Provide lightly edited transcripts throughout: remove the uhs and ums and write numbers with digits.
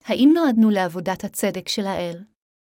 האם נועדנו לעבודת הצדק של האל?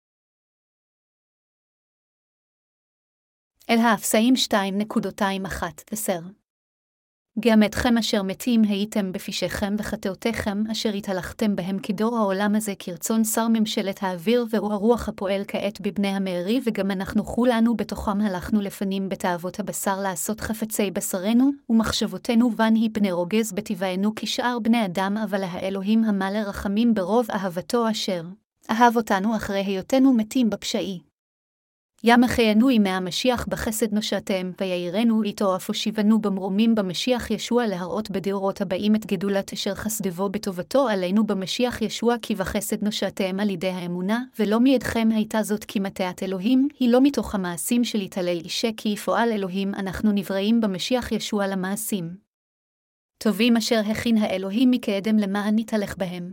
אל האפסאים 2:21 גם אתכם אשר מתים הייתם בפשעיכם וחטאותיכם אשר התהלכתם בהם כדור העולם הזה כרצון שר ממשלת האוויר והוא הרוח הפועל כעת בבני המארי וגם אנחנו כולנו בתוכם הלכנו לפנים בתאוות הבשר לעשות חפצי בשרנו ומחשבותינו בן היא פני רוגז בטבענו כשאר בני אדם אבל האלוהים המלא רחמים ברוב אהבתו אשר אהב אותנו אחרי היותנו מתים בפשעי. ימחיינו ימי המשיח בחסד נושעתם, ויעירנו איתו אף הושיבנו במרומים במשיח ישוע להראות בדורות הבאים את גדולת אשר חסדבו בטובתו עלינו במשיח ישוע כי בחסד נושעתם על ידי האמונה, ולא מידכם הייתה זאת כי מטעת אלוהים, היא לא מתוך המעשים של יתהלל אישה כי יפועל אלוהים אנחנו נבראים במשיח ישוע למעשים. טובים אשר הכין האלוהים מקדם למען נתהלך בהם.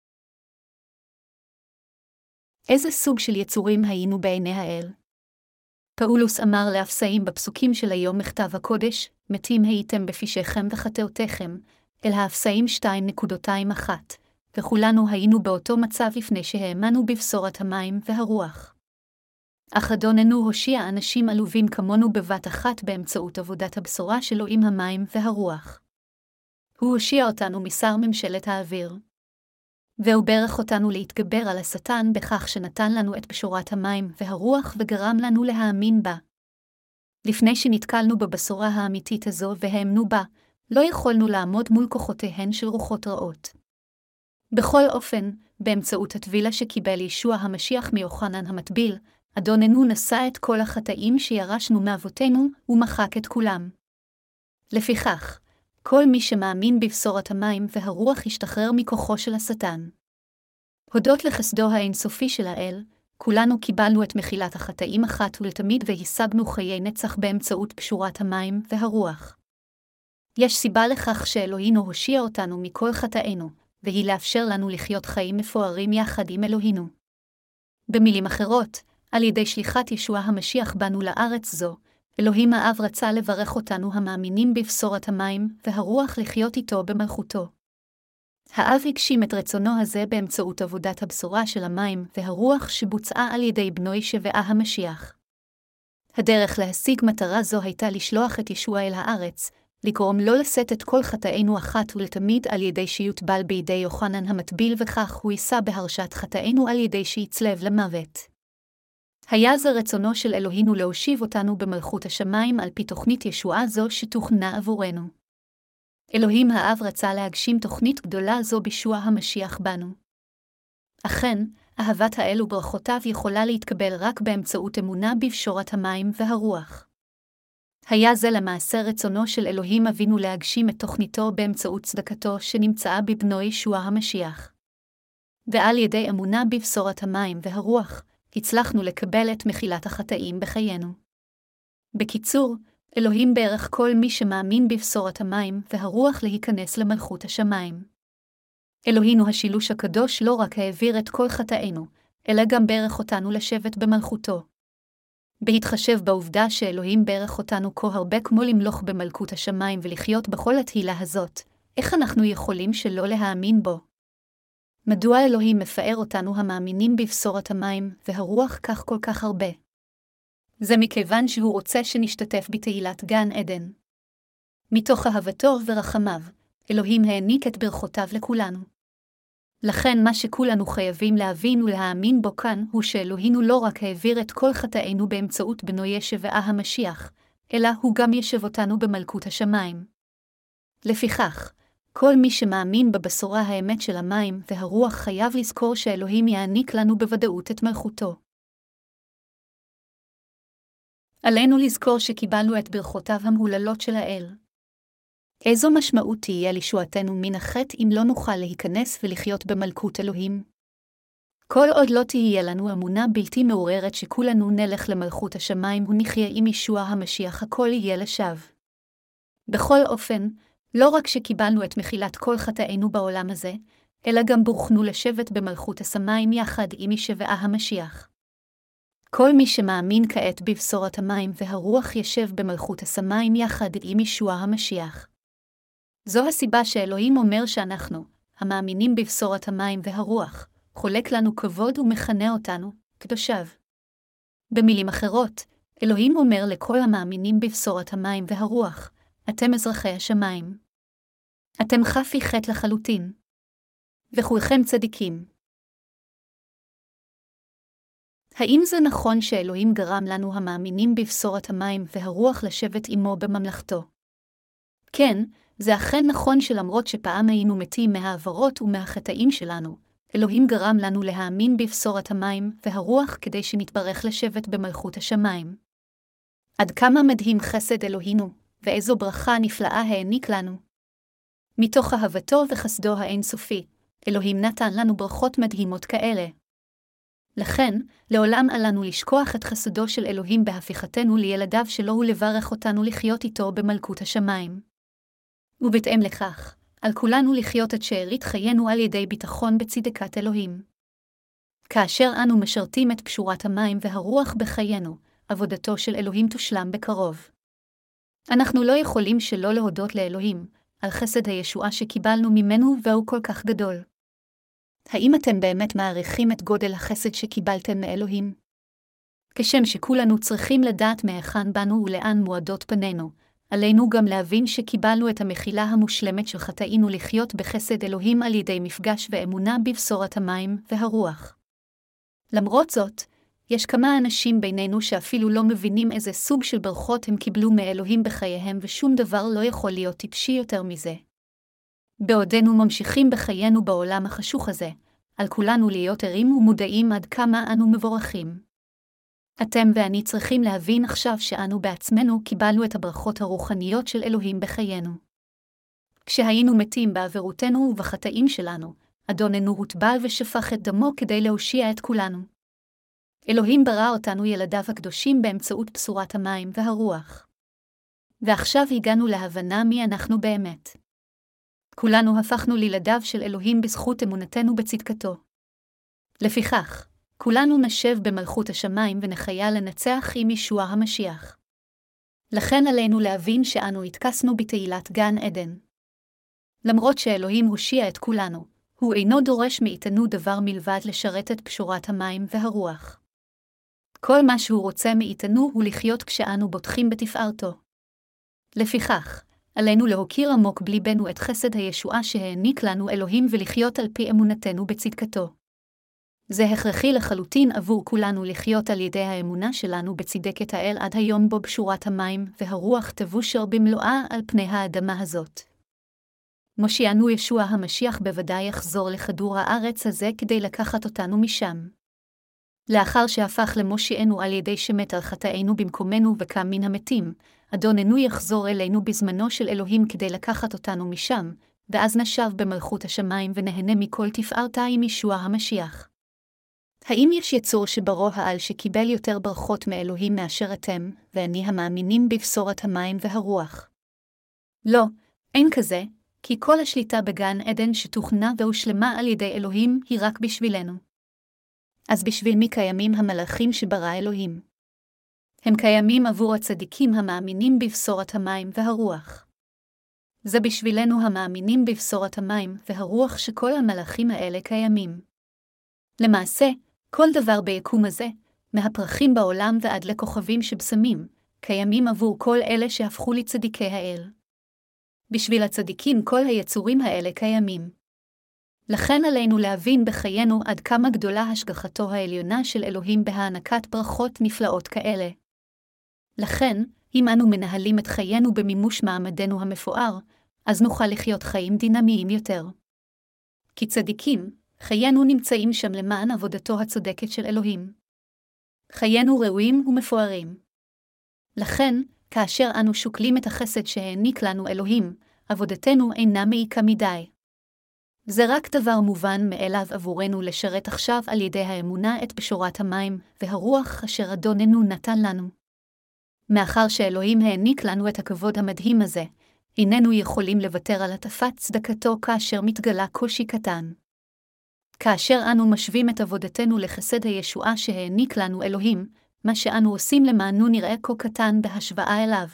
איזה סוג של יצורים היינו בעיני האל? פאולוס אמר לאפסאים בפסוקים של היום מכתב הקודש, מתים הייתם בפשעיכם וחטאותיכם, אל האפסאים 2:21, וכולנו היינו באותו מצב לפני שהאמנו בבשורת המים והרוח. אך אדוננו הושיע אנשים עלובים כמונו בבת אחת באמצעות עבודת הבשורה שלו עם המים והרוח. הוא הושיע אותנו משר ממשלת האוויר. והוא ברך אותנו להתגבר על השטן בכך שנתן לנו את בשורת המים והרוח וגרם לנו להאמין בה. לפני שנתקלנו בבשורה האמיתית הזו והאמנו בה, לא יכולנו לעמוד מול כוחותיהן של רוחות רעות. בכל אופן, באמצעות הטבילה שקיבל ישוע המשיח מיוחנן המטביל, אדוננו נשא את כל החטאים שירשנו מאבותינו ומחק את כולם. לפיכך, כל מי שמאמין בבשורת המים והרוח ישתחרר מכוחו של השטן. הודות לחסדו האינסופי של האל, כולנו קיבלנו את מחילת החטאים אחת ולתמיד והשגנו חיי נצח באמצעות בשורת המים והרוח. יש סיבה לכך שאלוהינו הושיע אותנו מכל חטאינו, והיא לאפשר לנו לחיות חיים מפוארים יחד עם אלוהינו. במילים אחרות, על ידי שליחת ישוע המשיח בנו לארץ זו, אלוהים האב רצה לברך אותנו המאמינים בבשורת המים והרוח לחיות איתו במלכותו. האב הגשים את רצונו הזה באמצעות עבודת הבשורה של המים והרוח שבוצעה על ידי בנו ישוע המשיח. הדרך להשיג מטרה זו הייתה לשלוח את ישוע אל הארץ, לגרום לו לשאת את כל חטאינו אחת ולתמיד על ידי שיוטבל בידי יוחנן המטביל וכך הוא יישא בהרשעת חטאינו על ידי שיצלב למוות. היה זה רצונו של אלוהינו להושיב אותנו במלכות השמיים על פי תוכנית ישועה זו שתוכנה עבורנו. אלוהים האב רצה להגשים תוכנית גדולה זו בישוע המשיח בנו. אכן, אהבת האל וברכותיו יכולה להתקבל רק באמצעות אמונה בבשורת המים והרוח. היה זה למעשה רצונו של אלוהים אבינו להגשים את תוכניתו באמצעות צדקתו שנמצאה בבנו ישוע המשיח. ועל ידי אמונה בבשורת המים והרוח, הצלחנו לקבל את מחילת החטאים בחיינו. בקיצור, אלוהים ברך כל מי שמאמין בבשורת המים והרוח להיכנס למלכות השמיים. אלוהינו השילוש הקדוש לא רק העביר את כל חטאינו, אלא גם ברך אותנו לשבת במלכותו. בהתחשב בעובדה שאלוהים ברך אותנו כה הרבה כמו למלוך במלכות השמיים ולחיות בכל התהילה הזאת, איך אנחנו יכולים שלא להאמין בו? מדוע אלוהים מפאר אותנו המאמינים בבשורת המים והרוח כך כל כך הרבה? זה מכיוון שהוא רוצה שנשתתף בתהילת גן עדן. מתוך אהבתו ורחמיו, אלוהים העניק את ברכותיו לכולנו. לכן מה שכולנו חייבים להבין ולהאמין בו כאן הוא שאלוהינו לא רק העביר את כל חטאינו באמצעות בנו ישוע המשיח, אלא הוא גם ישב אותנו במלכות השמיים. לפיכך, כל מי שמאמין בבשורה האמת של המים והרוח חייב לזכור שאלוהים יעניק לנו בוודאות את מלכותו. עלינו לזכור שקיבלנו את ברכותיו המהוללות של האל. איזו משמעות תהיה לישועתנו מן החטא אם לא נוכל להיכנס ולחיות במלכות אלוהים? כל עוד לא תהיה לנו אמונה בלתי מעוררת שכולנו נלך למלכות השמיים ונחיה עם ישוע המשיח הכל יהיה לשווא. בכל אופן, לא רק שקיבלנו את מחילת כל חטאינו בעולם הזה, אלא גם בורכנו לשבת במלכות השמיים יחד עם ישוע המשיח. כל מי שמאמין כעת בבשורת המים והרוח ישב במלכות השמיים יחד עם ישוע המשיח. זו הסיבה שאלוהים אומר שאנחנו, המאמינים בבשורת המים והרוח, חולק לנו כבוד ומכנה אותנו קדושיו. במילים אחרות, אלוהים אומר לכל המאמינים בבשורת המים והרוח, אתם אזרחי השמיים. אתם חפי חטא לחלוטין. וכולכם צדיקים. האם זה נכון שאלוהים גרם לנו המאמינים בבשורת המים והרוח לשבת עמו בממלכתו? כן, זה אכן נכון שלמרות שפעם היינו מתים מהעברות ומהחטאים שלנו, אלוהים גרם לנו להאמין בבשורת המים והרוח כדי שנתברך לשבת במלכות השמיים. עד כמה מדהים חסד אלוהינו, ואיזו ברכה נפלאה העניק לנו. מתוך אהבתו וחסדו האינסופי, אלוהים נתן לנו ברכות מדהימות כאלה. לכן, לעולם אל לנו לשכוח את חסדו של אלוהים בהפיכתנו לילדיו שלו ולברך אותנו לחיות איתו במלכות השמיים. ובהתאם לכך, על כולנו לחיות את שארית חיינו על ידי ביטחון בצדקת אלוהים. כאשר אנו משרתים את פשורת המים והרוח בחיינו, עבודתו של אלוהים תושלם בקרוב. אנחנו לא יכולים שלא להודות לאלוהים, על חסד הישועה שקיבלנו ממנו והוא כל כך גדול. האם אתם באמת מעריכים את גודל החסד שקיבלתם מאלוהים? כשם שכולנו צריכים לדעת מהיכן באנו ולאן מועדות פנינו, עלינו גם להבין שקיבלנו את המחילה המושלמת של חטאינו לחיות בחסד אלוהים על ידי מפגש ואמונה בבשורת המים והרוח. למרות זאת, יש כמה אנשים בינינו שאפילו לא מבינים איזה סוג של ברכות הם קיבלו מאלוהים בחייהם ושום דבר לא יכול להיות טיפשי יותר מזה. בעודנו ממשיכים בחיינו בעולם החשוך הזה, על כולנו להיות ערים ומודעים עד כמה אנו מבורכים. אתם ואני צריכים להבין עכשיו שאנו בעצמנו קיבלנו את הברכות הרוחניות של אלוהים בחיינו. כשהיינו מתים בעבירותינו ובחטאים שלנו, אדוננו הוטבל ושפך את דמו כדי להושיע את כולנו. אלוהים ברא אותנו ילדיו הקדושים באמצעות בשורת המים והרוח. ועכשיו הגענו להבנה מי אנחנו באמת. כולנו הפכנו לילדיו של אלוהים בזכות אמונתנו בצדקתו. לפיכך, כולנו נשב במלכות השמיים ונחיה לנצח עם ישוע המשיח. לכן עלינו להבין שאנו התכסנו בתהילת גן עדן. למרות שאלוהים הושיע את כולנו, הוא אינו דורש מאיתנו דבר מלבד לשרת את פשורת המים והרוח. כל מה שהוא רוצה מאיתנו הוא לחיות כשאנו בוטחים בתפארתו. לפיכך, עלינו להוקיר עמוק בליבנו את חסד הישועה שהעניק לנו אלוהים ולחיות על פי אמונתנו בצדקתו. זה הכרחי לחלוטין עבור כולנו לחיות על ידי האמונה שלנו בצדקת האל עד היום בו פשורת המים והרוח תבושר במלואה על פני האדמה הזאת. מושיענו ישוע המשיח בוודאי יחזור לכדור הארץ הזה כדי לקחת אותנו משם. לאחר שהפך למושיענו על ידי שמת על חטאינו במקומנו וקם מן המתים, אדוננו יחזור אלינו בזמנו של אלוהים כדי לקחת אותנו משם, ואז נשב במלכות השמיים ונהנה מכל תפארתה עם ישוע המשיח. האם יש יצור שברו העל שקיבל יותר ברכות מאלוהים מאשר אתם, ואני המאמינים בבשורת המים והרוח? לא, אין כזה, כי כל השליטה בגן עדן שתוכנה והושלמה על ידי אלוהים היא רק בשבילנו. אז בשביל מי קיימים המלאכים שברא אלוהים? הם קיימים עבור הצדיקים המאמינים בבשורת המים והרוח. זה בשבילנו המאמינים בבשורת המים והרוח שכל המלאכים האלה קיימים. למעשה, כל דבר ביקום הזה, מהפרחים בעולם ועד לכוכבים שבשמים, קיימים עבור כל אלה שהפכו לצדיקי האל. בשביל הצדיקים כל היצורים האלה קיימים. לכן עלינו להבין בחיינו עד כמה גדולה השגחתו העליונה של אלוהים בהענקת ברכות נפלאות כאלה. לכן, אם אנו מנהלים את חיינו במימוש מעמדנו המפואר, אז נוכל לחיות חיים דינמיים יותר. כי צדיקים, חיינו נמצאים שם למען עבודתו הצודקת של אלוהים. חיינו ראויים ומפוארים. לכן, כאשר אנו שוקלים את החסד שהעניק לנו אלוהים, עבודתנו אינה מעיקה מדי. זה רק דבר מובן מאליו עבורנו לשרת עכשיו על ידי האמונה את בשורת המים והרוח אשר אדוננו נתן לנו. מאחר שאלוהים העניק לנו את הכבוד המדהים הזה, איננו יכולים לוותר על הטפת צדקתו כאשר מתגלה קושי קטן. כאשר אנו משווים את עבודתנו לחסד הישועה שהעניק לנו אלוהים, מה שאנו עושים למענו נראה כה קטן בהשוואה אליו.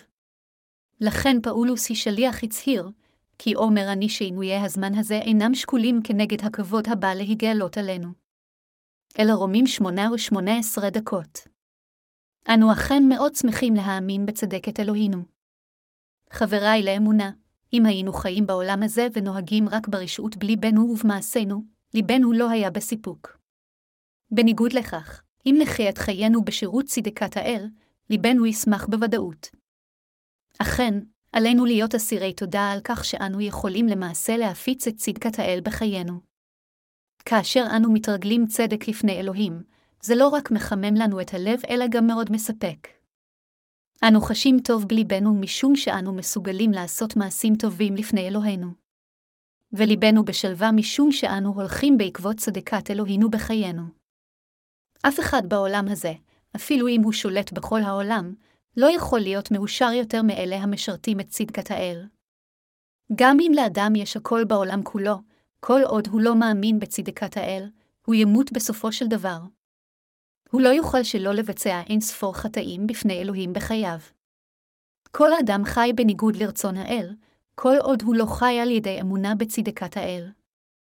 לכן פאולוס השליח הצהיר, כי אומר אני שעינויי הזמן הזה אינם שקולים כנגד הכבוד הבא להיגלות עלינו. אלא רומים 8:18. אנו אכן מאוד שמחים להאמין בצדקת אלוהינו. חבריי לאמונה, אם היינו חיים בעולם הזה ונוהגים רק ברשעות בליבנו ובמעשינו, ליבנו לא היה בסיפוק. בניגוד לכך, אם נחיה את חיינו בשירות צדקת האל, ליבנו ישמח בוודאות. אכן, עלינו להיות אסירי תודה על כך שאנו יכולים למעשה להפיץ את צדקת האל בחיינו. כאשר אנו מתרגלים צדק לפני אלוהים, זה לא רק מחמם לנו את הלב אלא גם מאוד מספק. אנו חשים טוב בליבנו משום שאנו מסוגלים לעשות מעשים טובים לפני אלוהינו. וליבנו בשלווה משום שאנו הולכים בעקבות צדקת אלוהינו בחיינו. אף אחד בעולם הזה, אפילו אם הוא שולט בכל העולם, לא יכול להיות מאושר יותר מאלה המשרתים את צדקת האל. גם אם לאדם יש הכל בעולם כולו, כל עוד הוא לא מאמין בצדקת האל, הוא ימות בסופו של דבר. הוא לא יוכל שלא לבצע אין ספור חטאים בפני אלוהים בחייו. כל אדם חי בניגוד לרצון האל, כל עוד הוא לא חי על ידי אמונה בצדקת האל.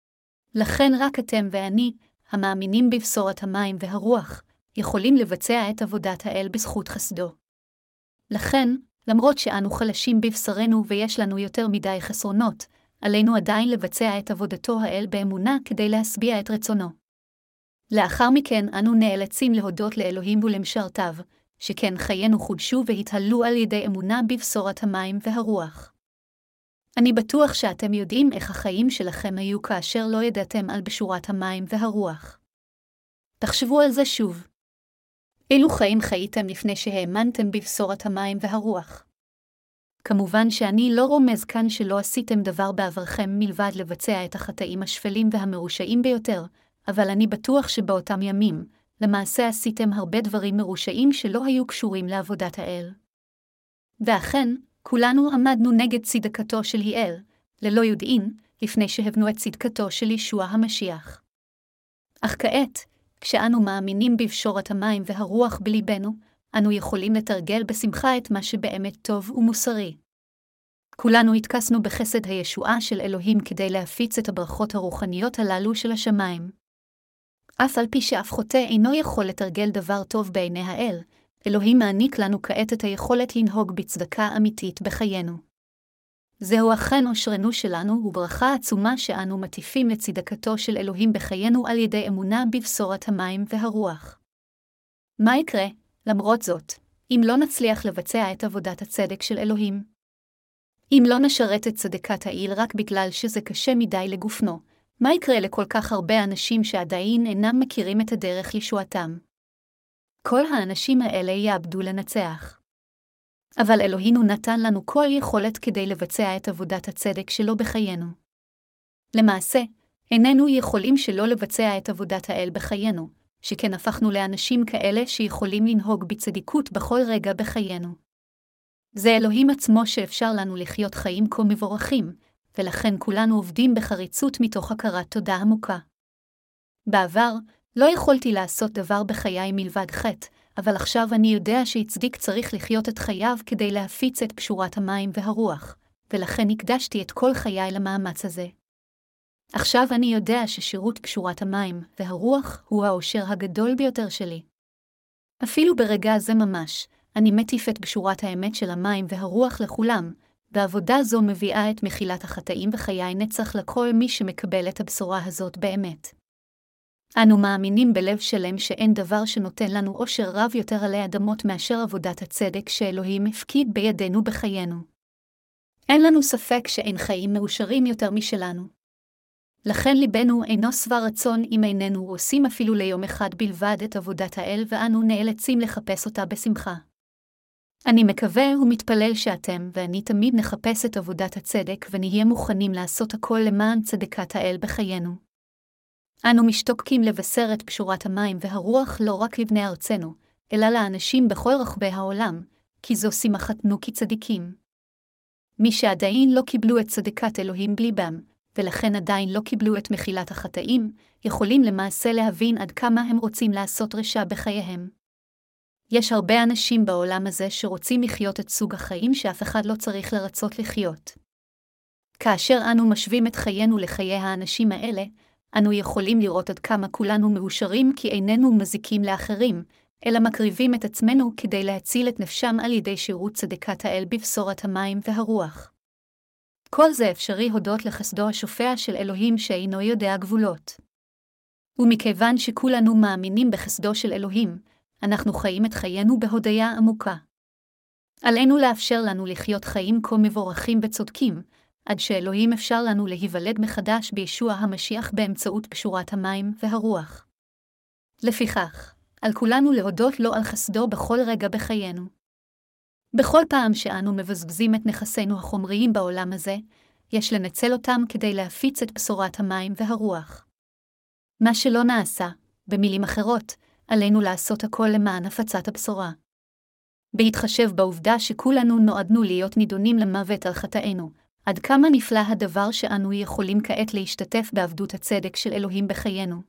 לכן רק אתם ואני, המאמינים בבשורת המים והרוח, יכולים לבצע את עבודת האל בזכות חסדו. לכן, למרות שאנו חלשים בבשרנו ויש לנו יותר מדי חסרונות, עלינו עדיין לבצע את עבודתו האל באמונה כדי להשביע את רצונו. לאחר מכן אנו נאלצים להודות לאלוהים ולמשרתיו, שכן חיינו חודשו והתהלו על ידי אמונה בבשורת המים והרוח. אני בטוח שאתם יודעים איך החיים שלכם היו כאשר לא ידעתם על בשורת המים והרוח. תחשבו על זה שוב. אילו חיים חייתם לפני שהאמנתם בבשורת המים והרוח? כמובן שאני לא רומז כאן שלא עשיתם דבר בעברכם מלבד לבצע את החטאים השפלים והמרושעים ביותר, אבל אני בטוח שבאותם ימים, למעשה עשיתם הרבה דברים מרושעים שלא היו קשורים לעבודת האל. ואכן, כולנו עמדנו נגד צדקתו של האל, ללא יודעין, לפני שהבנו את צדקתו של ישוע המשיח. אך כעת, כשאנו מאמינים בבשורת המים והרוח בליבנו, אנו יכולים לתרגל בשמחה את מה שבאמת טוב ומוסרי. כולנו התכסנו בחסד הישועה של אלוהים כדי להפיץ את הברכות הרוחניות הללו של השמיים. אף על פי שאף חוטא אינו יכול לתרגל דבר טוב בעיני האל, אלוהים מעניק לנו כעת את היכולת לנהוג בצדקה אמיתית בחיינו. זהו אכן אושרנו שלנו וברכה עצומה שאנו מטיפים לצדקתו של אלוהים בחיינו על ידי אמונה בבשורת המים והרוח. מה יקרה, למרות זאת, אם לא נצליח לבצע את עבודת הצדק של אלוהים? אם לא נשרת את צדקת האל רק בגלל שזה קשה מדי לגופנו, מה יקרה לכל כך הרבה אנשים שעדיין אינם מכירים את הדרך ישועתם? כל האנשים האלה יאבדו לנצח. אבל אלוהינו נתן לנו כל יכולת כדי לבצע את עבודת הצדק שלו בחיינו. למעשה, איננו יכולים שלא לבצע את עבודת האל בחיינו, שכן הפכנו לאנשים כאלה שיכולים לנהוג בצדיקות בכל רגע בחיינו. זה אלוהים עצמו שאפשר לנו לחיות חיים כה מבורכים, ולכן כולנו עובדים בחריצות מתוך הכרת תודה עמוקה. בעבר, לא יכולתי לעשות דבר בחיי מלבד חטא, אבל עכשיו אני יודע שהצדיק צריך לחיות את חייו כדי להפיץ את פשורת המים והרוח, ולכן הקדשתי את כל חיי למאמץ הזה. עכשיו אני יודע ששירות פשורת המים והרוח הוא האושר הגדול ביותר שלי. אפילו ברגע זה ממש, אני מטיף את פשורת האמת של המים והרוח לכולם, ועבודה זו מביאה את מחילת החטאים וחיי נצח לכל מי שמקבל את הבשורה הזאת באמת. אנו מאמינים בלב שלם שאין דבר שנותן לנו אושר רב יותר עלי אדמות מאשר עבודת הצדק שאלוהים הפקיד בידינו בחיינו. אין לנו ספק שאין חיים מאושרים יותר משלנו. לכן ליבנו אינו שבע רצון אם איננו עושים אפילו ליום אחד בלבד את עבודת האל ואנו נאלצים לחפש אותה בשמחה. אני מקווה ומתפלל שאתם ואני תמיד נחפש את עבודת הצדק ונהיה מוכנים לעשות הכל למען צדקת האל בחיינו. אנו משתוקקים לבשר את פשורת המים והרוח לא רק לבני ארצנו, אלא לאנשים בכל רחבי העולם, כי זו שמחתנו כצדיקים. מי שעדיין לא קיבלו את צדקת אלוהים בליבם, ולכן עדיין לא קיבלו את מחילת החטאים, יכולים למעשה להבין עד כמה הם רוצים לעשות רשע בחייהם. יש הרבה אנשים בעולם הזה שרוצים לחיות את סוג החיים שאף אחד לא צריך לרצות לחיות. כאשר אנו משווים את חיינו לחיי האנשים האלה, אנו יכולים לראות עד כמה כולנו מאושרים כי איננו מזיקים לאחרים, אלא מקריבים את עצמנו כדי להציל את נפשם על ידי שירות צדקת האל בבשורת המים והרוח. כל זה אפשרי הודות לחסדו השופע של אלוהים שאינו יודע גבולות. ומכיוון שכולנו מאמינים בחסדו של אלוהים, אנחנו חיים את חיינו בהודיה עמוקה. עלינו לאפשר לנו לחיות חיים כה מבורכים וצודקים, עד שאלוהים אפשר לנו להיוולד מחדש בישוע המשיח באמצעות פשורת המים והרוח. לפיכך, על כולנו להודות לו על חסדו בכל רגע בחיינו. בכל פעם שאנו מבזבזים את נכסינו החומריים בעולם הזה, יש לנצל אותם כדי להפיץ את בשורת המים והרוח. מה שלא נעשה, במילים אחרות, עלינו לעשות הכל למען הפצת הבשורה. בהתחשב בעובדה שכולנו נועדנו להיות נידונים למוות על חטאינו, עד כמה נפלא הדבר שאנו יכולים כעת להשתתף בעבדות הצדק של אלוהים בחיינו.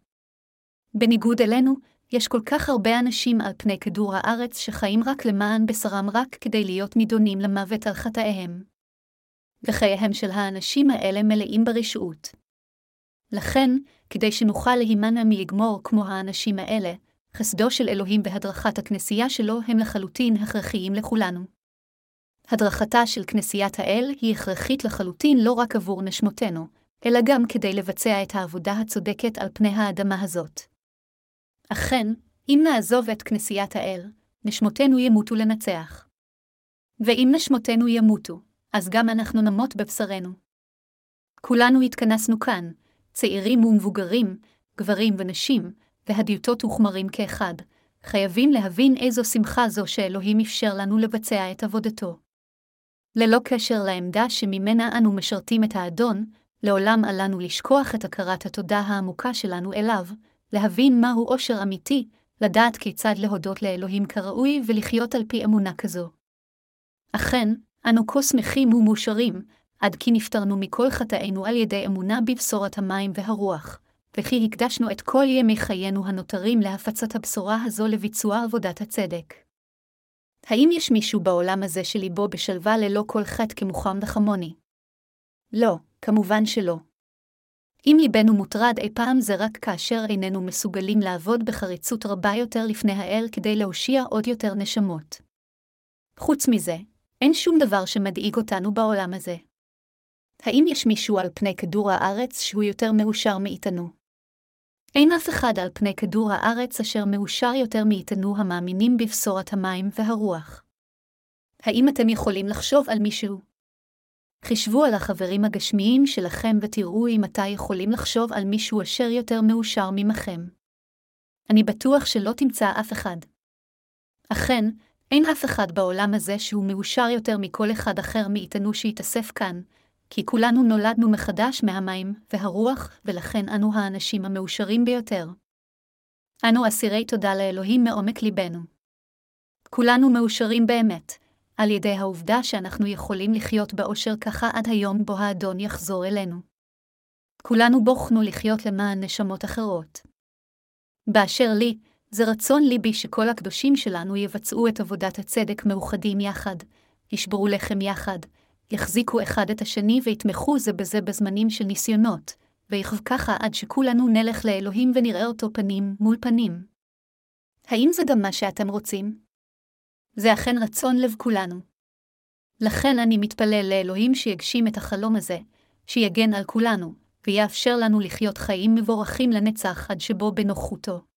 בניגוד אלינו, יש כל כך הרבה אנשים על פני כדור הארץ שחיים רק למען בשרם רק כדי להיות נידונים למוות על חטאיהם. וחייהם של האנשים האלה מלאים ברשעות. לכן, כדי שנוכל להימנע מלגמור כמו האנשים האלה, חסדו של אלוהים והדרכת הכנסייה שלו הם לחלוטין הכרחיים לכולנו. הדרכתה של כנסיית האל היא הכרחית לחלוטין לא רק עבור נשמותינו, אלא גם כדי לבצע את העבודה הצודקת על פני האדמה הזאת. אכן, אם נעזוב את כנסיית האל, נשמותינו ימותו לנצח. ואם נשמותינו ימותו, אז גם אנחנו נמות בבשרנו. כולנו התכנסנו כאן, צעירים ומבוגרים, גברים ונשים, והדיוטות וחמרים כאחד, חייבים להבין איזו שמחה זו שאלוהים אפשר לנו לבצע את עבודתו. ללא קשר לעמדה שממנה אנו משרתים את האדון, לעולם עלינו לשכוח את הכרת התודה העמוקה שלנו אליו, להבין מהו אושר אמיתי, לדעת כיצד להודות לאלוהים כראוי ולחיות על פי אמונה כזו. אכן, אנו כה שמחים ומאושרים, עד כי נפטרנו מכל חטאינו על ידי אמונה בבשורת המים והרוח, וכי הקדשנו את כל ימי חיינו הנותרים להפצת הבשורה הזו לביצוע עבודת הצדק. האם יש מישהו בעולם הזה שליבו בשלווה ללא כל חטא כמוחם וכמוני? לא, כמובן שלא. אם ליבנו מוטרד אי פעם זה רק כאשר איננו מסוגלים לעבוד בחריצות רבה יותר לפני האל כדי להושיע עוד יותר נשמות. חוץ מזה, אין שום דבר שמדאיג אותנו בעולם הזה. האם יש מישהו על פני כדור הארץ שהוא יותר מאושר מאיתנו? אין אף אחד על פני כדור הארץ אשר מאושר יותר מאיתנו המאמינים בבשורת המים והרוח. האם אתם יכולים לחשוב על מישהו? חשבו על החברים הגשמיים שלכם ותראו אם אתם יכולים לחשוב על מישהו אשר יותר מאושר ממכם. אני בטוח שלא תמצא אף אחד. אכן, אין אף אחד בעולם הזה שהוא מאושר יותר מכל אחד אחר מאיתנו שיתאסף כאן, כי כולנו נולדנו מחדש מהמים והרוח, ולכן אנו האנשים המאושרים ביותר. אנו אסירי תודה לאלוהים מעומק ליבנו. כולנו מאושרים באמת, על ידי העובדה שאנחנו יכולים לחיות באושר ככה עד היום בו האדון יחזור אלינו. כולנו בוחנו לחיות למען נשמות אחרות. באשר לי, זה רצון ליבי שכל הקדושים שלנו יבצעו את עבודת הצדק מאוחדים יחד, ישברו לחם יחד, יחזיקו אחד את השני ויתמכו זה בזה בזמנים של ניסיונות, ויחב ככה עד שכולנו נלך לאלוהים ונראה אותו פנים מול פנים. האם זה גם מה שאתם רוצים? זה אכן רצון לב כולנו. לכן אני מתפלל לאלוהים שיגשים את החלום הזה, שיגן על כולנו, ויאפשר לנו לחיות חיים מבורכים לנצח עד שבו בנוחותו.